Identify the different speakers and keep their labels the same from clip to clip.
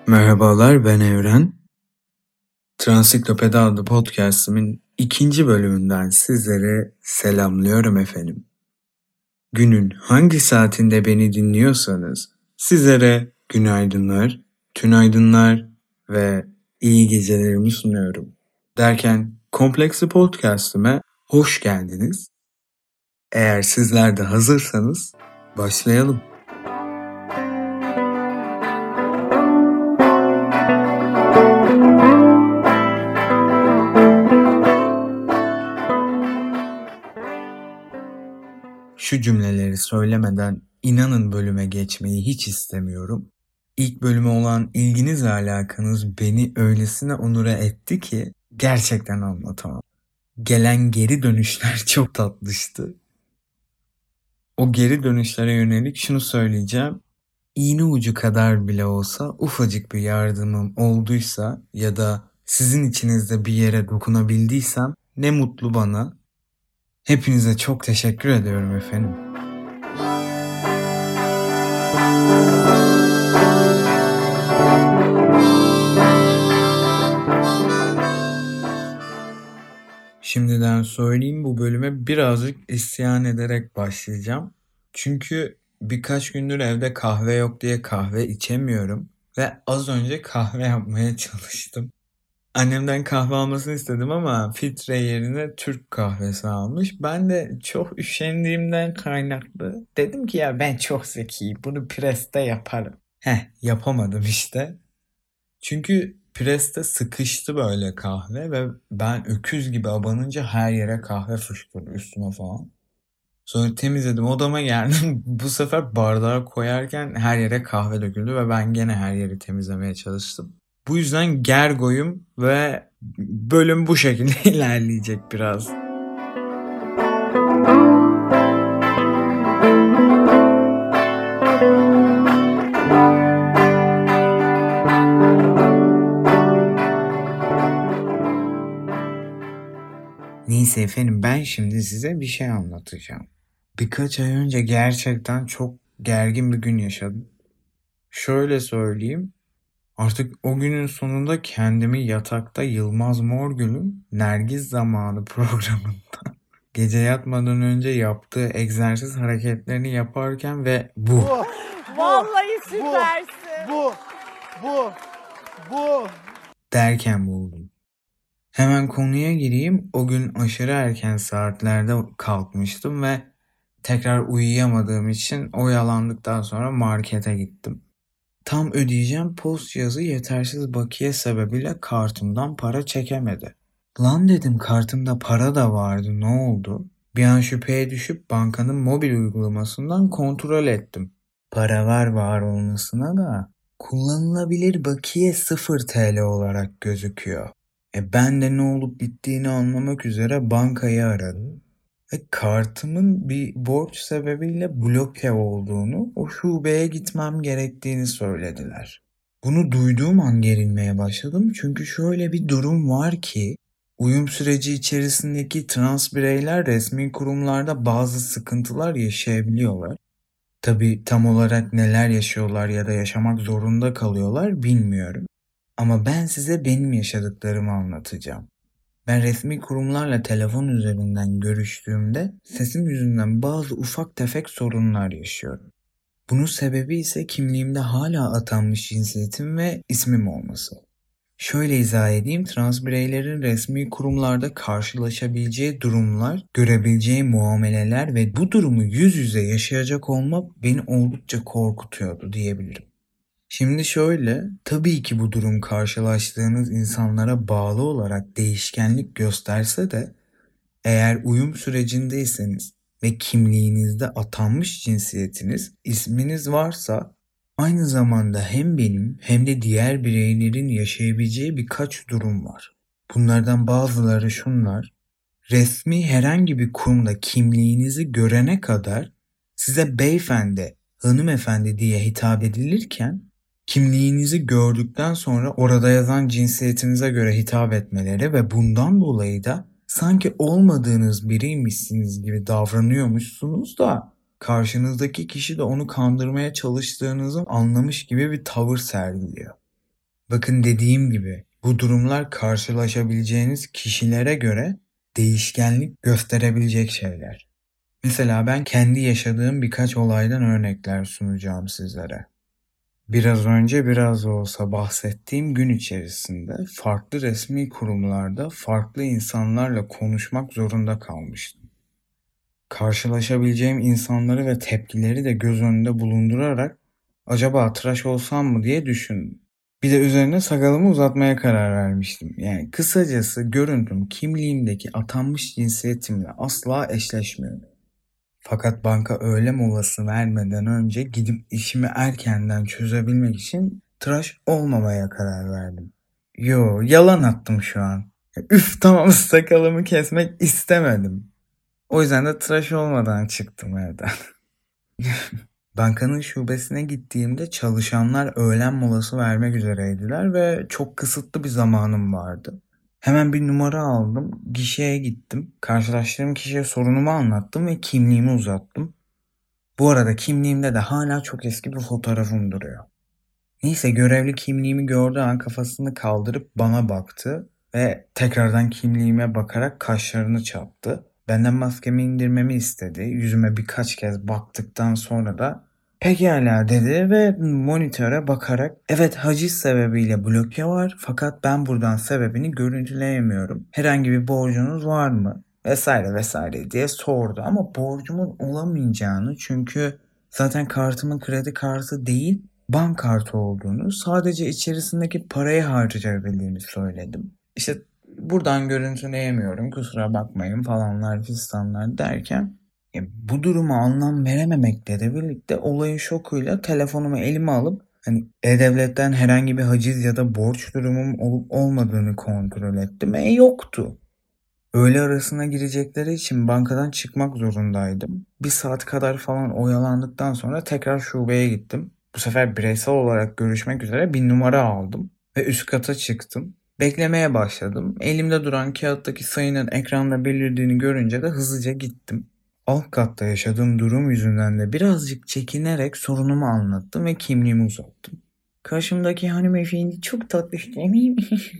Speaker 1: Merhabalar, ben Evren. Transiklopedi adlı podcast'imin ikinci bölümünden sizlere selamlıyorum efendim. Günün hangi saatinde beni dinliyorsanız sizlere günaydınlar, tünaydınlar ve iyi gecelerimi sunuyorum. Derken Kompleksi Podcast'ime hoş geldiniz. Eğer sizler de hazırsanız başlayalım. Şu cümleleri söylemeden inanın bölüme geçmeyi hiç istemiyorum. İlk bölüme olan ilginiz ve alakanız beni öylesine onura etti ki gerçekten anlatamam. Gelen geri dönüşler çok tatlıştı. O geri dönüşlere yönelik şunu söyleyeceğim. İğne ucu kadar bile olsa ufacık bir yardımım olduysa ya da sizin içinizde bir yere dokunabildiysem ne mutlu bana. Hepinize çok teşekkür ediyorum efendim. Şimdiden söyleyeyim, bu bölüme birazcık isyan ederek başlayacağım. Çünkü birkaç gündür evde kahve yok diye kahve içemiyorum ve az önce kahve yapmaya çalıştım. Annemden kahve almasını istedim ama filtre yerine Türk kahvesi almış. Ben de çok üşendiğimden kaynaklı dedim ki ya ben çok zekiyim, bunu preste yaparım. Yapamadım işte. Çünkü preste sıkıştı böyle kahve ve ben öküz gibi abanınca her yere kahve fışkırdı üstüme falan. Sonra temizledim, odama geldim. Bu sefer bardağa koyarken her yere kahve döküldü ve ben gene her yeri temizlemeye çalıştım. Bu yüzden gergoyum ve bölüm bu şekilde ilerleyecek biraz. Neyse efendim, ben şimdi size bir şey anlatacağım. Birkaç ay önce gerçekten çok gergin bir gün yaşadım. Şöyle söyleyeyim, artık o günün sonunda kendimi yatakta Yılmaz Morgül'ün Nergiz Zamanı programında gece yatmadan önce yaptığı egzersiz hareketlerini yaparken ve bu
Speaker 2: Vallahi süpersin. Bu.
Speaker 1: derken buldum. Hemen konuya gireyim. O gün aşırı erken saatlerde kalkmıştım ve tekrar uyuyamadığım için oyalandıktan sonra markete gittim. Tam ödeyeceğim, post cihazı yetersiz bakiye sebebiyle kartımdan para çekemedi. Lan dedim, kartımda para da vardı, ne oldu? Bir an şüpheye düşüp bankanın mobil uygulamasından kontrol ettim. Para var olmasına da kullanılabilir bakiye 0 TL olarak gözüküyor. Ben de ne olup bittiğini anlamak üzere bankayı aradım. Ve kartımın bir borç sebebiyle bloke olduğunu, o şubeye gitmem gerektiğini söylediler. Bunu duyduğum an gerilmeye başladım çünkü şöyle bir durum var ki uyum süreci içerisindeki trans bireyler resmi kurumlarda bazı sıkıntılar yaşayabiliyorlar. Tabii tam olarak neler yaşıyorlar ya da yaşamak zorunda kalıyorlar bilmiyorum. Ama ben size benim yaşadıklarımı anlatacağım. Ben resmi kurumlarla telefon üzerinden görüştüğümde sesim yüzünden bazı ufak tefek sorunlar yaşıyorum. Bunun sebebi ise kimliğimde hala atanmış cinsiyetim ve ismim olması. Şöyle izah edeyim, trans bireylerin resmi kurumlarda karşılaşabileceği durumlar, görebileceği muameleler ve bu durumu yüz yüze yaşayacak olmak beni oldukça korkutuyordu diyebilirim. Şimdi şöyle, tabii ki bu durum karşılaştığınız insanlara bağlı olarak değişkenlik gösterse de eğer uyum sürecindeyseniz ve kimliğinizde atanmış cinsiyetiniz, isminiz varsa aynı zamanda hem benim hem de diğer bireylerin yaşayabileceği birkaç durum var. Bunlardan bazıları şunlar: resmi herhangi bir kurumda kimliğinizi görene kadar size beyefendi, hanımefendi diye hitap edilirken kimliğinizi gördükten sonra orada yazan cinsiyetinize göre hitap etmeleri ve bundan dolayı da sanki olmadığınız biriymişsiniz gibi davranıyormuşsunuz da karşınızdaki kişi de onu kandırmaya çalıştığınızı anlamış gibi bir tavır sergiliyor. Bakın dediğim gibi bu durumlar karşılaşabileceğiniz kişilere göre değişkenlik gösterebilecek şeyler. Mesela ben kendi yaşadığım birkaç olaydan örnekler sunacağım sizlere. Biraz önce biraz da olsa bahsettiğim gün içerisinde farklı resmi kurumlarda farklı insanlarla konuşmak zorunda kalmıştım. Karşılaşabileceğim insanları ve tepkileri de göz önünde bulundurarak acaba tıraş olsam mı diye düşündüm. Bir de üzerine sakalımı uzatmaya karar vermiştim. Yani kısacası görüntüm kimliğimdeki atanmış cinsiyetimle asla eşleşmiyor. Fakat banka öğle molası vermeden önce gidip işimi erkenden çözebilmek için tıraş olmamaya karar verdim. Yo, yalan attım şu an. Üf, tamam, sakalımı kesmek istemedim. O yüzden de tıraş olmadan çıktım evden. Bankanın şubesine gittiğimde çalışanlar öğlen molası vermek üzereydiler ve çok kısıtlı bir zamanım vardı. Hemen bir numara aldım, gişeye gittim. Karşılaştığım kişiye sorunumu anlattım ve kimliğimi uzattım. Bu arada kimliğimde de hala çok eski bir fotoğrafım duruyor. Neyse, görevli kimliğimi gördüğü an kafasını kaldırıp bana baktı ve tekrardan kimliğime bakarak kaşlarını çattı. Benden maskemi indirmemi istedi. Yüzüme birkaç kez baktıktan sonra da pekala dedi ve monitöre bakarak evet, haciz sebebiyle bloke var fakat ben buradan sebebini görüntüleyemiyorum. Herhangi bir borcunuz var mı? Vesaire vesaire diye sordu ama borcumun olamayacağını, çünkü zaten kartımın kredi kartı değil bank kartı olduğunu, sadece içerisindeki parayı harcayabildiğimi söyledim. İşte buradan görüntüleyemiyorum, kusura bakmayın falanlar fistanlar derken bu duruma anlam verememekle de birlikte olayın şokuyla telefonumu elime alıp E-Devlet'ten herhangi bir haciz ya da borç durumum olup olmadığını kontrol ettim. Yoktu. Öğle arasına girecekleri için bankadan çıkmak zorundaydım. Bir saat kadar falan oyalandıktan sonra tekrar şubeye gittim. Bu sefer bireysel olarak görüşmek üzere bir numara aldım ve üst kata çıktım. Beklemeye başladım. Elimde duran kağıttaki sayının ekranda belirdiğini görünce de hızlıca gittim. Alt katta yaşadığım durum yüzünden de birazcık çekinerek sorunumu anlattım ve kimliğimi uzattım. Karşımdaki hanımefendi çok tatlı değil mi?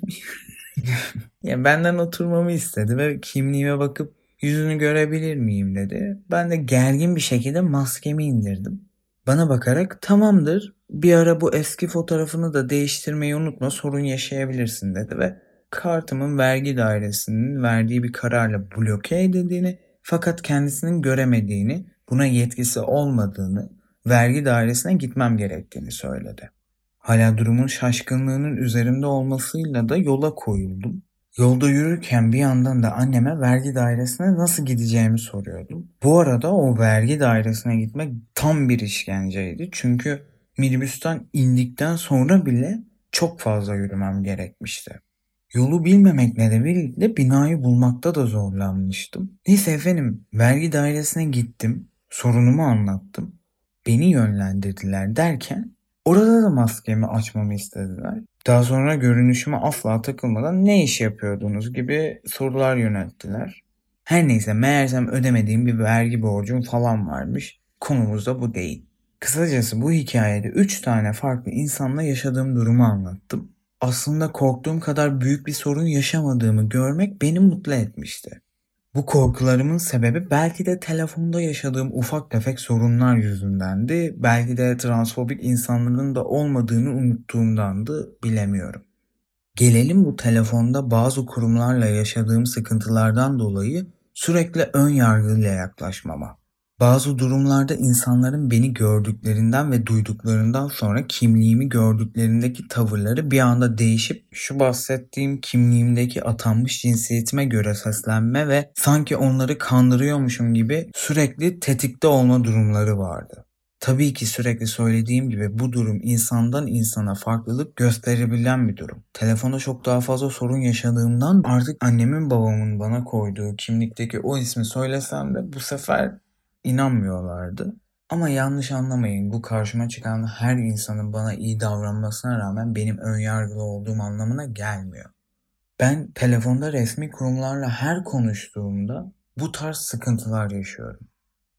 Speaker 1: Ya benden oturmamı istedi ve kimliğime bakıp yüzünü görebilir miyim dedi. Ben de gergin bir şekilde maskemi indirdim. Bana bakarak tamamdır, bir ara bu eski fotoğrafını da değiştirmeyi unutma, sorun yaşayabilirsin dedi ve kartımın vergi dairesinin verdiği bir kararla bloke edildiğini fakat kendisinin göremediğini, buna yetkisi olmadığını, vergi dairesine gitmem gerektiğini söyledi. Hala durumun şaşkınlığının üzerimde olmasıyla da yola koyuldum. Yolda yürürken bir yandan da anneme vergi dairesine nasıl gideceğimi soruyordum. Bu arada o vergi dairesine gitmek tam bir işkenceydi. Çünkü minibüsten indikten sonra bile çok fazla yürümem gerekmişti. Yolu bilmemekle de birlikte binayı bulmakta da zorlanmıştım. Neyse efendim, vergi dairesine gittim. Sorunumu anlattım. Beni yönlendirdiler derken orada da maskemi açmamı istediler. Daha sonra görünüşüme asla takılmadan ne iş yapıyordunuz gibi sorular yönelttiler. Her neyse, meğersem ödemediğim bir vergi borcum falan varmış. Konumuz da bu değil. Kısacası bu hikayede 3 tane farklı insanla yaşadığım durumu anlattım. Aslında korktuğum kadar büyük bir sorun yaşamadığımı görmek beni mutlu etmişti. Bu korkularımın sebebi belki de telefonda yaşadığım ufak tefek sorunlar yüzündendi. Belki de transfobik insanların da olmadığını unuttuğumdandı, bilemiyorum. Gelelim bu telefonda bazı kurumlarla yaşadığım sıkıntılardan dolayı sürekli ön yargıyla yaklaşmama. Bazı durumlarda insanların beni gördüklerinden ve duyduklarından sonra kimliğimi gördüklerindeki tavırları bir anda değişip şu bahsettiğim kimliğimdeki atanmış cinsiyetime göre seslenme ve sanki onları kandırıyormuşum gibi sürekli tetikte olma durumları vardı. Tabii ki sürekli söylediğim gibi bu durum insandan insana farklılık gösterebilen bir durum. Telefonda çok daha fazla sorun yaşadığımdan artık annemin babamın bana koyduğu kimlikteki o ismi söylesem de bu sefer inanmıyorlardı. Ama yanlış anlamayın, bu karşıma çıkan her insanın bana iyi davranmasına rağmen benim önyargılı olduğum anlamına gelmiyor. Ben telefonda resmi kurumlarla her konuştuğumda bu tarz sıkıntılar yaşıyorum.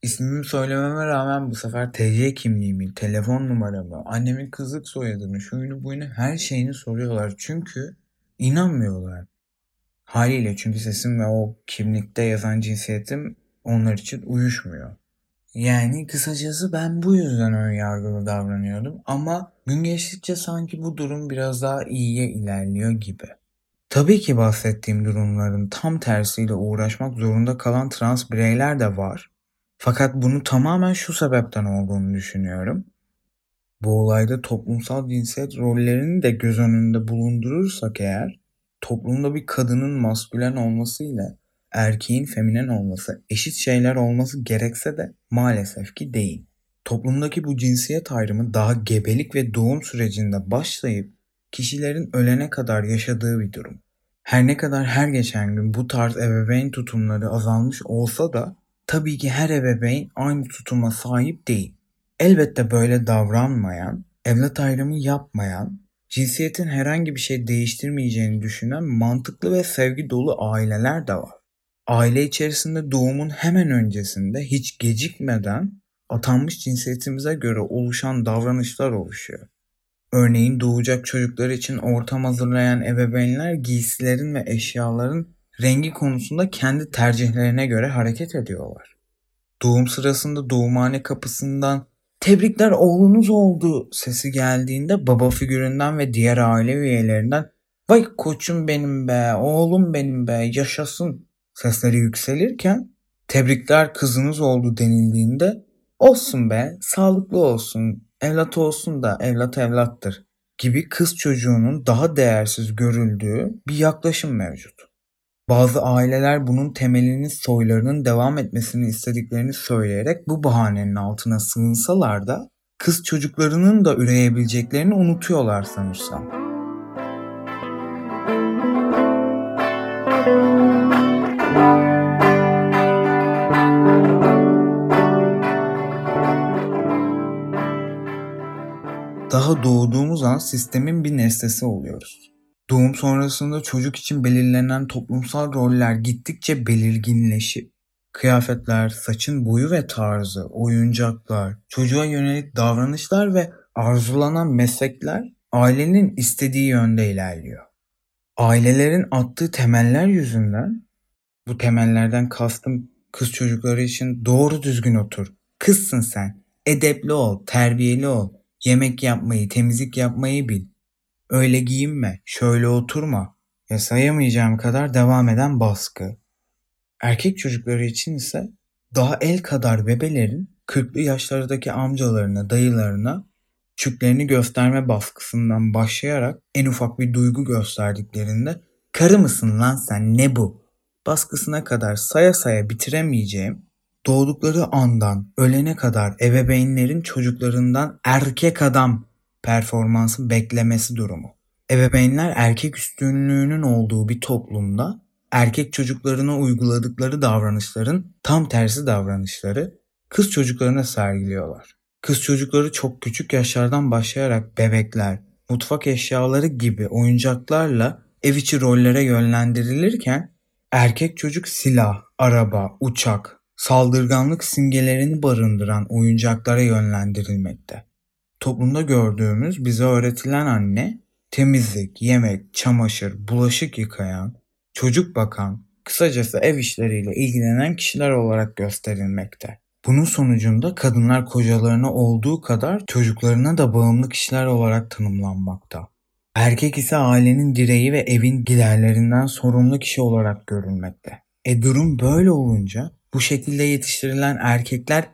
Speaker 1: İsmimi söylememe rağmen bu sefer TC kimliğimi, telefon numaramı, annemin kızlık soyadını, şuyunu buyunu her şeyini soruyorlar. Çünkü inanmıyorlar. Haliyle çünkü sesim ve o kimlikte yazan cinsiyetim onlar için uyuşmuyor. Yani kısacası ben bu yüzden önyargılı davranıyordum ama gün geçtikçe sanki bu durum biraz daha iyiye ilerliyor gibi. Tabii ki bahsettiğim durumların tam tersiyle uğraşmak zorunda kalan trans bireyler de var. Fakat bunu tamamen şu sebepten olduğunu düşünüyorum. Bu olayda toplumsal cinsiyet rollerini de göz önünde bulundurursak eğer, toplumda bir kadının maskülen olması ile erkeğin feminen olması eşit şeyler olması gerekse de maalesef ki değil. Toplumdaki bu cinsiyet ayrımı daha gebelik ve doğum sürecinde başlayıp kişilerin ölene kadar yaşadığı bir durum. Her ne kadar her geçen gün bu tarz ebeveyn tutumları azalmış olsa da tabii ki her ebeveyn aynı tutuma sahip değil. Elbette böyle davranmayan, evlat ayrımı yapmayan, cinsiyetin herhangi bir şey değiştirmeyeceğini düşünen mantıklı ve sevgi dolu aileler de var. Aile içerisinde doğumun hemen öncesinde hiç gecikmeden atanmış cinsiyetimize göre oluşan davranışlar oluşuyor. Örneğin doğacak çocuklar için ortam hazırlayan ebeveynler giysilerin ve eşyaların rengi konusunda kendi tercihlerine göre hareket ediyorlar. Doğum sırasında doğumhane kapısından "Tebrikler oğlunuz oldu" sesi geldiğinde baba figüründen ve diğer aile üyelerinden "Vay koçum benim be, oğlum benim be, yaşasın" sesleri yükselirken "Tebrikler kızınız oldu" denildiğinde "Olsun be, sağlıklı olsun, evlat olsun da evlat evlattır" gibi kız çocuğunun daha değersiz görüldüğü bir yaklaşım mevcut. Bazı aileler bunun temelinin soylarının devam etmesini istediklerini söyleyerek bu bahanenin altına sığınsalar da kız çocuklarının da üreyebileceklerini unutuyorlar sanırsam. Daha doğduğumuz an sistemin bir nesnesi oluyoruz. Doğum sonrasında çocuk için belirlenen toplumsal roller gittikçe belirginleşip, kıyafetler, saçın boyu ve tarzı, oyuncaklar, çocuğa yönelik davranışlar ve arzulanan meslekler ailenin istediği yönde ilerliyor. Ailelerin attığı temeller yüzünden, bu temellerden kastım kız çocukları için doğru düzgün otur, kızsın sen, edepli ol, terbiyeli ol, yemek yapmayı, temizlik yapmayı bil. Öyle giyinme, şöyle oturma ve sayamayacağım kadar devam eden baskı. Erkek çocukları için ise daha el kadar bebelerin 40'lı yaşlardaki amcalarına, dayılarına çüklerini gösterme baskısından başlayarak en ufak bir duygu gösterdiklerinde "Karı mısın lan sen, ne bu?" baskısına kadar saya saya bitiremeyeceğim, doğdukları andan ölene kadar ebeveynlerin çocuklarından erkek adam performansı beklemesi durumu. Ebeveynler erkek üstünlüğünün olduğu bir toplumda erkek çocuklarına uyguladıkları davranışların tam tersi davranışları kız çocuklarına sergiliyorlar. Kız çocukları çok küçük yaşlardan başlayarak bebekler, mutfak eşyaları gibi oyuncaklarla ev içi rollere yönlendirilirken erkek çocuk silah, araba, uçak, saldırganlık simgelerini barındıran oyuncaklara yönlendirilmekte. Toplumda gördüğümüz, bize öğretilen anne, temizlik, yemek, çamaşır, bulaşık yıkayan, çocuk bakan, kısacası ev işleriyle ilgilenen kişiler olarak gösterilmekte. Bunun sonucunda kadınlar kocalarına olduğu kadar çocuklarına da bağımlı kişiler olarak tanımlanmakta. Erkek ise ailenin direği ve evin giderlerinden sorumlu kişi olarak görülmekte. Durum böyle olunca bu şekilde yetiştirilen erkekler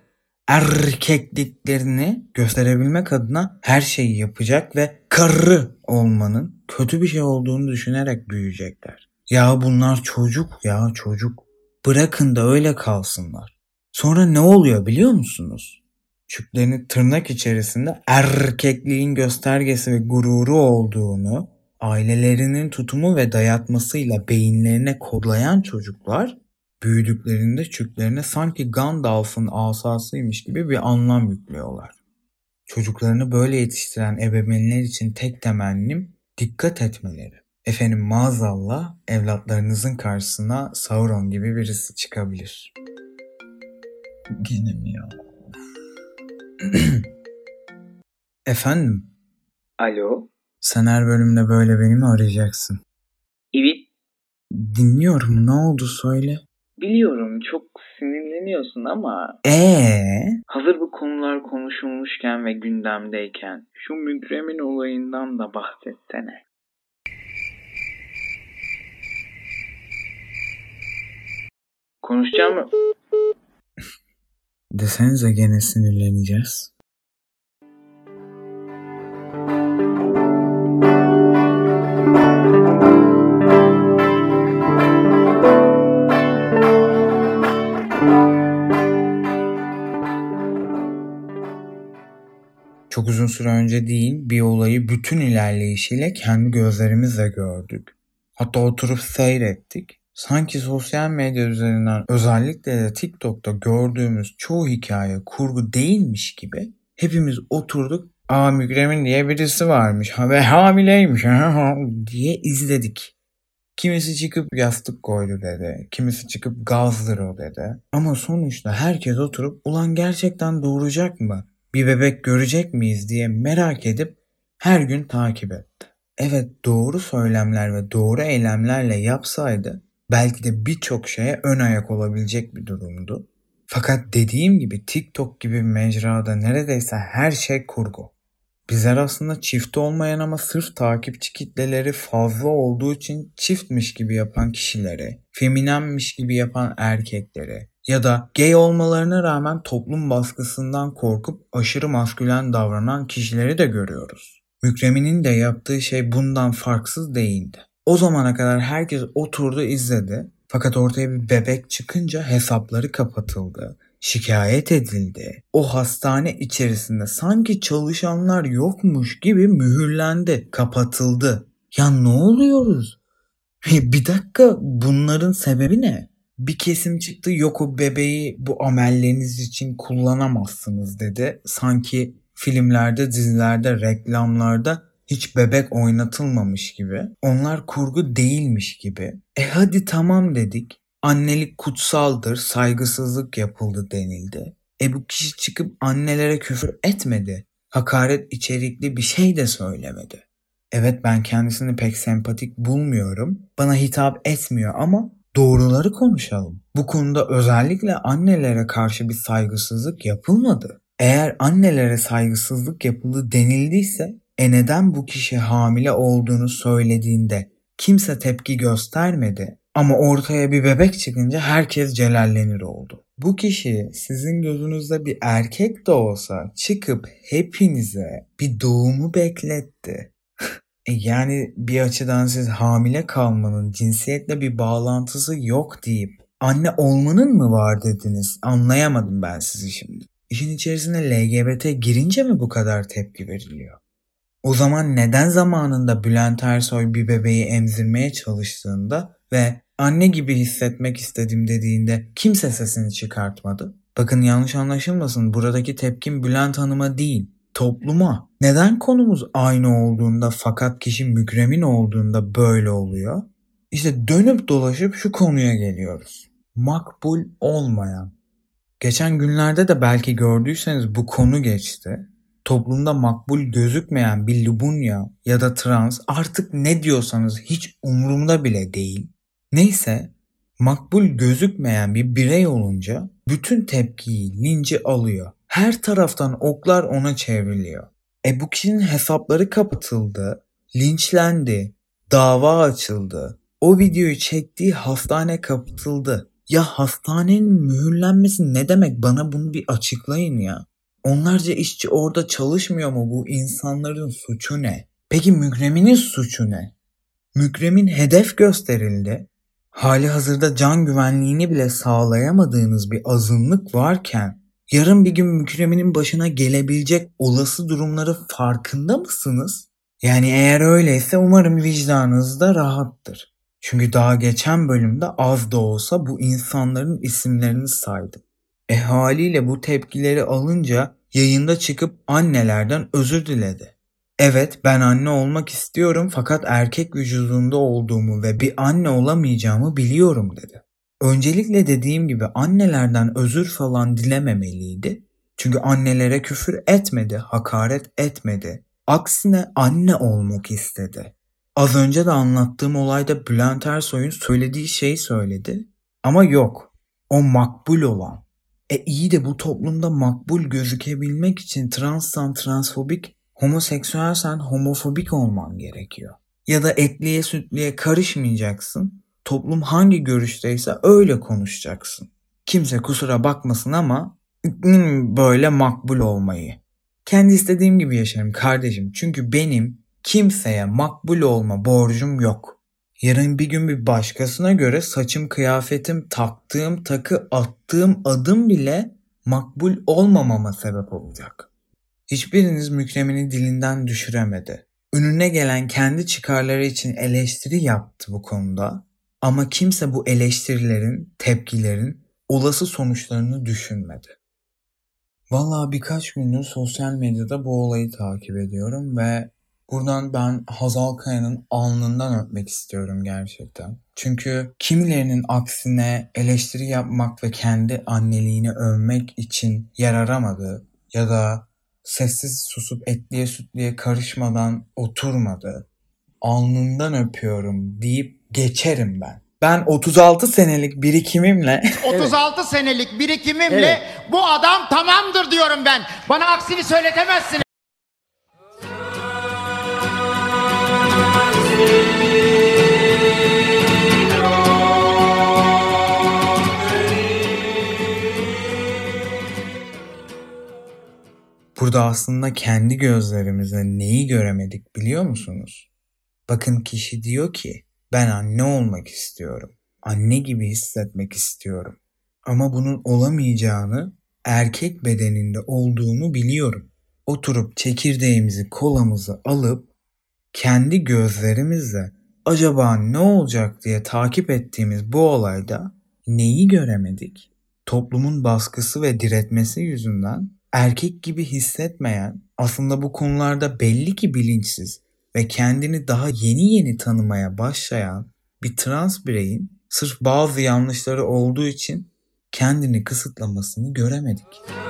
Speaker 1: erkekliklerini gösterebilmek adına her şeyi yapacak ve karı olmanın kötü bir şey olduğunu düşünerek büyüyecekler. Ya bunlar çocuk ya çocuk. Bırakın da öyle kalsınlar. Sonra ne oluyor biliyor musunuz? Çüklerini tırnak içerisinde erkekliğin göstergesi ve gururu olduğunu ailelerinin tutumu ve dayatmasıyla beyinlerine kodlayan çocuklar büyüdüklerinde çüklerine sanki Gandalf'ın asasıymış gibi bir anlam yüklüyorlar. Çocuklarını böyle yetiştiren ebeveynler için tek temennim dikkat etmeleri. Efendim maazallah evlatlarınızın karşısına Sauron gibi birisi çıkabilir. Gene mi ya? Efendim?
Speaker 3: Alo.
Speaker 1: Sen her bölümde böyle beni mi arayacaksın?
Speaker 3: Evet.
Speaker 1: Dinliyorum. Ne oldu söyle.
Speaker 3: Biliyorum çok sinirleniyorsun ama hazır bu konular konuşulmuşken ve gündemdeyken şu Mükremin olayından da bahsetsene. Konuşacağım mı?
Speaker 1: Desenize gene sinirleneceğiz. Çok uzun süre önce değil, bir olayı bütün ilerleyişiyle kendi gözlerimizle gördük. Hatta oturup seyrettik. Sanki sosyal medya üzerinden, özellikle de TikTok'ta gördüğümüz çoğu hikaye kurgu değilmiş gibi hepimiz oturduk. Mükremin diye birisi varmış ve hamileymiş diye izledik. Kimisi çıkıp yastık koydu dedi. Kimisi çıkıp gazdır o dedi. Ama sonuçta herkes oturup ulan gerçekten doğuracak mı? Bir bebek görecek miyiz diye merak edip her gün takip etti. Evet, doğru söylemler ve doğru eylemlerle yapsaydı belki de birçok şeye ön ayak olabilecek bir durumdu. Fakat dediğim gibi TikTok gibi bir mecrada neredeyse her şey kurgu. Bizler aslında çift olmayan ama sırf takipçi kitleleri fazla olduğu için çiftmiş gibi yapan kişileri, feminenmiş gibi yapan erkekleri ya da gay olmalarına rağmen toplum baskısından korkup aşırı maskülen davranan kişileri de görüyoruz. Mükremin'in de yaptığı şey bundan farksız değildi. O zamana kadar herkes oturdu izledi, fakat ortaya bir bebek çıkınca hesapları kapatıldı. Şikayet edildi. O hastane içerisinde sanki çalışanlar yokmuş gibi mühürlendi, kapatıldı. Ya ne oluyoruz? Bir dakika, bunların sebebi ne? Bir kesim çıktı, yok o bebeği bu amelleriniz için kullanamazsınız dedi. Sanki filmlerde, dizilerde, reklamlarda hiç bebek oynatılmamış gibi. Onlar kurgu değilmiş gibi. Hadi tamam dedik. Annelik kutsaldır, saygısızlık yapıldı denildi. Bu kişi çıkıp annelere küfür etmedi. Hakaret içerikli bir şey de söylemedi. Evet, ben kendisini pek sempatik bulmuyorum. Bana hitap etmiyor ama doğruları konuşalım. Bu konuda özellikle annelere karşı bir saygısızlık yapılmadı. Eğer annelere saygısızlık yapıldı denildiyse neden bu kişi hamile olduğunu söylediğinde kimse tepki göstermedi? Ama ortaya bir bebek çıkınca herkes celallenir oldu. Bu kişi sizin gözünüzde bir erkek de olsa çıkıp hepinize bir doğumu bekletti. Yani bir açıdan siz hamile kalmanın cinsiyetle bir bağlantısı yok deyip anne olmanın mı var dediniz? Anlayamadım ben sizi şimdi. İşin içerisine LGBT girince mi bu kadar tepki veriliyor? O zaman neden zamanında Bülent Ersoy bir bebeği emzirmeye çalıştığında ve anne gibi hissetmek istedim dediğinde kimse sesini çıkartmadı? Bakın, yanlış anlaşılmasın, buradaki tepkim Bülent Hanım'a değil, topluma. Neden konumuz aynı olduğunda fakat kişi Mükremin olduğunda böyle oluyor? İşte dönüp dolaşıp şu konuya geliyoruz. Makbul olmayan. Geçen günlerde de belki gördüyseniz bu konu geçti. Toplumda makbul gözükmeyen bir lubunya ya da trans, artık ne diyorsanız hiç umurumda bile değil. Neyse, makbul gözükmeyen bir birey olunca bütün tepkiyi, linci alıyor. Her taraftan oklar ona çevriliyor. Bu kişinin hesapları kapatıldı, linçlendi, dava açıldı. O videoyu çektiği hastane kapatıldı. Ya hastanenin mühürlenmesi ne demek? Bana bunu bir açıklayın ya. Onlarca işçi orada çalışmıyor mu? Bu insanların suçu ne? Peki Mükremin'in suçu ne? Mükremin hedef gösterildi. Hali hazırda can güvenliğini bile sağlayamadığınız bir azınlık varken yarın bir gün Mükremin'in başına gelebilecek olası durumları farkında mısınız? Yani eğer öyleyse umarım vicdanınız da rahattır. Çünkü daha geçen bölümde az da olsa bu insanların isimlerini saydım. Haliyle bu tepkileri alınca yayında çıkıp annelerden özür diledi. Evet, ben anne olmak istiyorum fakat erkek vücudunda olduğumu ve bir anne olamayacağımı biliyorum dedi. Öncelikle dediğim gibi annelerden özür falan dilememeliydi. Çünkü annelere küfür etmedi, hakaret etmedi. Aksine anne olmak istedi. Az önce de anlattığım olayda Bülent Ersoy'un söylediği şeyi söyledi. Ama yok. O makbul olan. İyi de bu toplumda makbul gözükebilmek için transsan transfobik, homoseksüelsen homofobik olman gerekiyor. Ya da etliye sütliye karışmayacaksın. Toplum hangi görüşteyse öyle konuşacaksın. Kimse kusura bakmasın ama böyle makbul olmayı. Kendi istediğim gibi yaşarım kardeşim. Çünkü benim kimseye makbul olma borcum yok. Yarın bir gün bir başkasına göre saçım, kıyafetim, taktığım takı, attığım adım bile makbul olmamama sebep olacak. Hiçbiriniz Mükremini dilinden düşüremedi. Önüne gelen kendi çıkarları için eleştiri yaptı bu konuda. Ama kimse bu eleştirilerin, tepkilerin olası sonuçlarını düşünmedi. Vallahi birkaç gündür sosyal medyada bu olayı takip ediyorum ve buradan ben Hazal Kaya'nın alnından öpmek istiyorum gerçekten. Çünkü kimilerinin aksine eleştiri yapmak ve kendi anneliğini övmek için yer aramadı ya da sessiz susup etliye sütliye karışmadan oturmadı. Alnından öpüyorum deyip geçerim ben. Ben 36 senelik birikimimle
Speaker 4: 36 senelik birikimimle bu adam tamamdır diyorum ben. Bana aksini söyletemezsin.
Speaker 1: Burada aslında kendi gözlerimizle neyi göremedik biliyor musunuz? Bakın kişi diyor ki ben anne olmak istiyorum. Anne gibi hissetmek istiyorum. Ama bunun olamayacağını, erkek bedeninde olduğunu biliyorum. Oturup çekirdeğimizi, kolamızı alıp kendi gözlerimizle acaba ne olacak diye takip ettiğimiz bu olayda neyi göremedik? Toplumun baskısı ve diretmesi yüzünden erkek gibi hissetmeyen, aslında bu konularda belli ki bilinçsiz ve kendini daha yeni tanımaya başlayan bir trans bireyin sırf bazı yanlışları olduğu için kendini kısıtlamasını göremedik.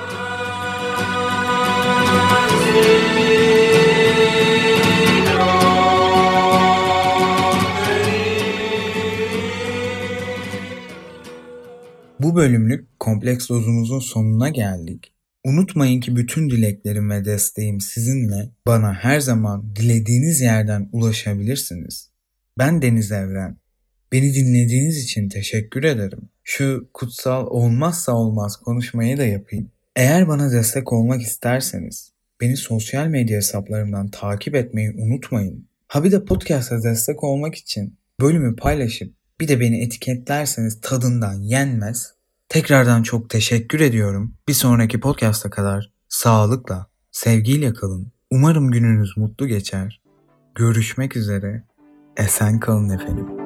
Speaker 1: Bu bölümlük kompleks dozumuzun sonuna geldik. Unutmayın ki bütün dileklerim ve desteğim sizinle. Bana her zaman dilediğiniz yerden ulaşabilirsiniz. Ben Deniz Evren. Beni dinlediğiniz için teşekkür ederim. Şu kutsal olmazsa olmaz konuşmayı da yapayım. Eğer bana destek olmak isterseniz beni sosyal medya hesaplarımdan takip etmeyi unutmayın. Ha bir de podcast'a destek olmak için bölümü paylaşıp bir de beni etiketlerseniz tadından yenmez. Tekrardan çok teşekkür ediyorum. Bir sonraki podcast'a kadar sağlıkla, sevgiyle kalın. Umarım gününüz mutlu geçer. Görüşmek üzere. Esen kalın efendim.